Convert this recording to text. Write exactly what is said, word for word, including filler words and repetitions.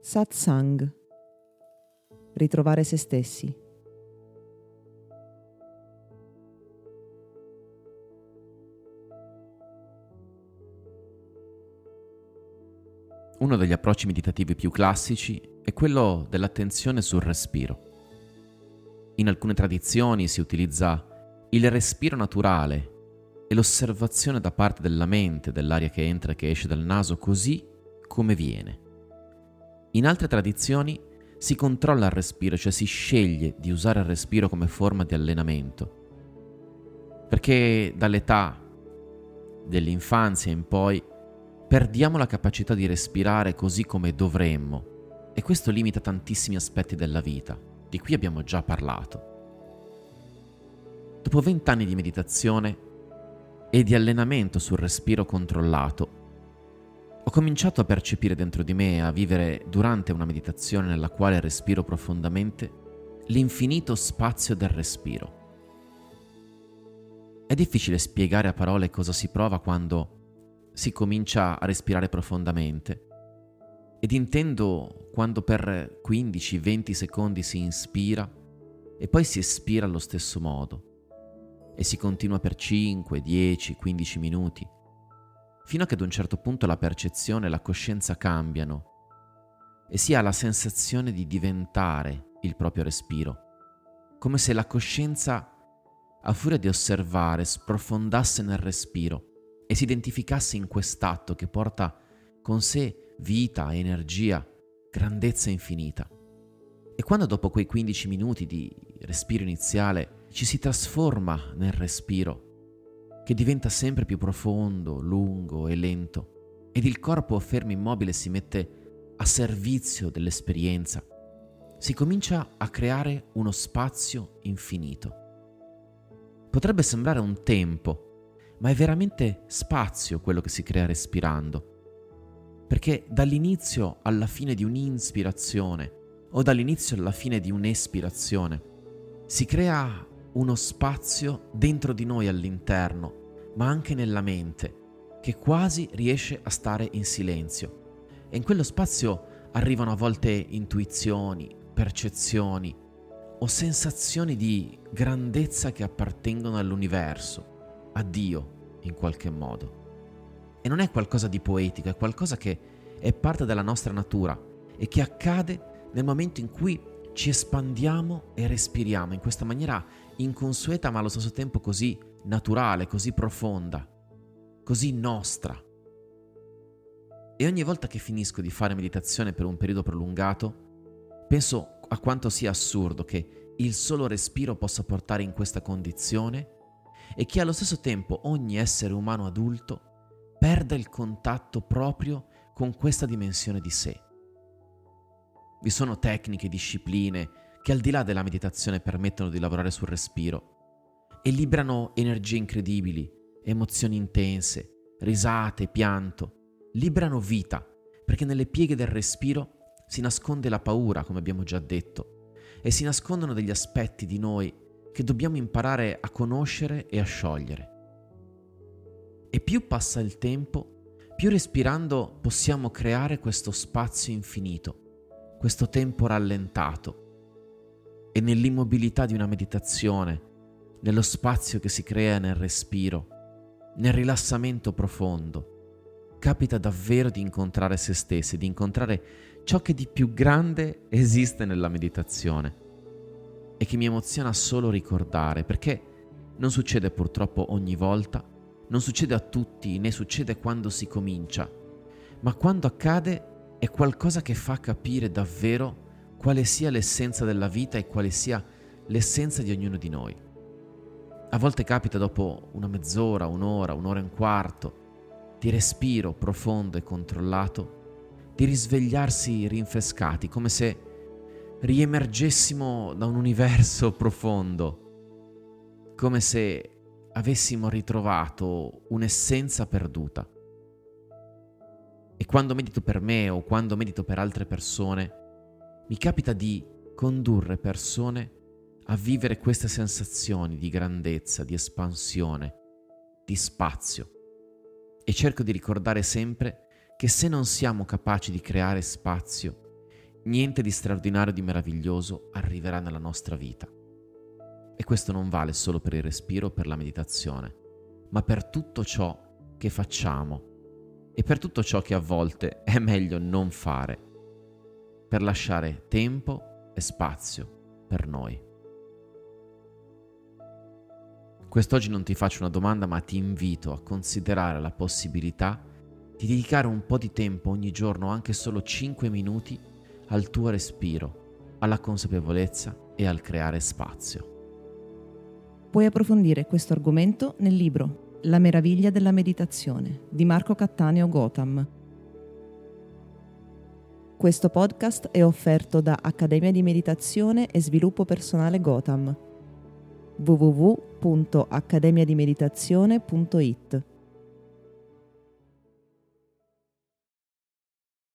Satsang. Ritrovare se stessi. Uno degli approcci meditativi più classici è quello dell'attenzione sul respiro. In alcune tradizioni si utilizza il respiro naturale e l'osservazione da parte della mente dell'aria che entra e che esce dal naso così come viene. In altre tradizioni si controlla il respiro, cioè si sceglie di usare il respiro come forma di allenamento. Perché dall'età dell'infanzia in poi perdiamo la capacità di respirare così come dovremmo e questo limita tantissimi aspetti della vita, di cui abbiamo già parlato. Dopo vent'anni di meditazione e di allenamento sul respiro controllato, ho cominciato a percepire dentro di me, a vivere durante una meditazione nella quale respiro profondamente, l'infinito spazio del respiro. È difficile spiegare a parole cosa si prova quando si comincia a respirare profondamente, ed intendo quando per quindici venti secondi si inspira e poi si espira allo stesso modo e si continua per cinque, dieci, quindici minuti, fino a che ad un certo punto la percezione e la coscienza cambiano e si ha la sensazione di diventare il proprio respiro, come se la coscienza, a furia di osservare, sprofondasse nel respiro e si identificasse in quest'atto che porta con sé vita, energia, grandezza infinita. E quando dopo quei quindici minuti di respiro iniziale ci si trasforma nel respiro, che diventa sempre più profondo, lungo e lento, ed il corpo fermo immobile si mette a servizio dell'esperienza, si comincia a creare uno spazio infinito. Potrebbe sembrare un tempo, ma è veramente spazio quello che si crea respirando, perché dall'inizio alla fine di un'inspirazione o dall'inizio alla fine di un'espirazione si crea uno spazio dentro di noi all'interno, ma anche nella mente, che quasi riesce a stare in silenzio. E in quello spazio arrivano a volte intuizioni, percezioni o sensazioni di grandezza che appartengono all'universo, a Dio in qualche modo. E non è qualcosa di poetico, è qualcosa che è parte della nostra natura e che accade nel momento in cui ci espandiamo e respiriamo in questa maniera inconsueta ma allo stesso tempo così naturale, così profonda, così nostra. E ogni volta che finisco di fare meditazione per un periodo prolungato, penso a quanto sia assurdo che il solo respiro possa portare in questa condizione e che allo stesso tempo ogni essere umano adulto perda il contatto proprio con questa dimensione di sé. Vi sono tecniche e discipline che al di là della meditazione permettono di lavorare sul respiro e liberano energie incredibili, emozioni intense, risate, pianto, liberano vita, perché nelle pieghe del respiro si nasconde la paura, come abbiamo già detto, e si nascondono degli aspetti di noi che dobbiamo imparare a conoscere e a sciogliere. E più passa il tempo, più respirando possiamo creare questo spazio infinito, questo tempo rallentato, e nell'immobilità di una meditazione, nello spazio che si crea nel respiro, nel rilassamento profondo, capita davvero di incontrare se stessi, di incontrare ciò che di più grande esiste nella meditazione e che mi emoziona solo ricordare, perché non succede purtroppo ogni volta, non succede a tutti, né succede quando si comincia, ma quando accade è qualcosa che fa capire davvero quale sia l'essenza della vita e quale sia l'essenza di ognuno di noi. A volte capita dopo una mezz'ora, un'ora, un'ora e un quarto di respiro profondo e controllato, di risvegliarsi rinfrescati, come se riemergessimo da un universo profondo, come se avessimo ritrovato un'essenza perduta. E quando medito per me o quando medito per altre persone, mi capita di condurre persone a vivere queste sensazioni di grandezza, di espansione, di spazio. E cerco di ricordare sempre che se non siamo capaci di creare spazio, niente di straordinario, di meraviglioso arriverà nella nostra vita. E questo non vale solo per il respiro o per la meditazione, ma per tutto ciò che facciamo e per tutto ciò che a volte è meglio non fare, per lasciare tempo e spazio per noi. Quest'oggi non ti faccio una domanda, ma ti invito a considerare la possibilità di dedicare un po' di tempo ogni giorno, anche solo cinque minuti, al tuo respiro, alla consapevolezza e al creare spazio. Puoi approfondire questo argomento nel libro La meraviglia della meditazione di Marco Cattaneo Gotham. Questo podcast è offerto da Accademia di Meditazione e Sviluppo Personale Gotham. w w w punto accademia di meditazione punto i t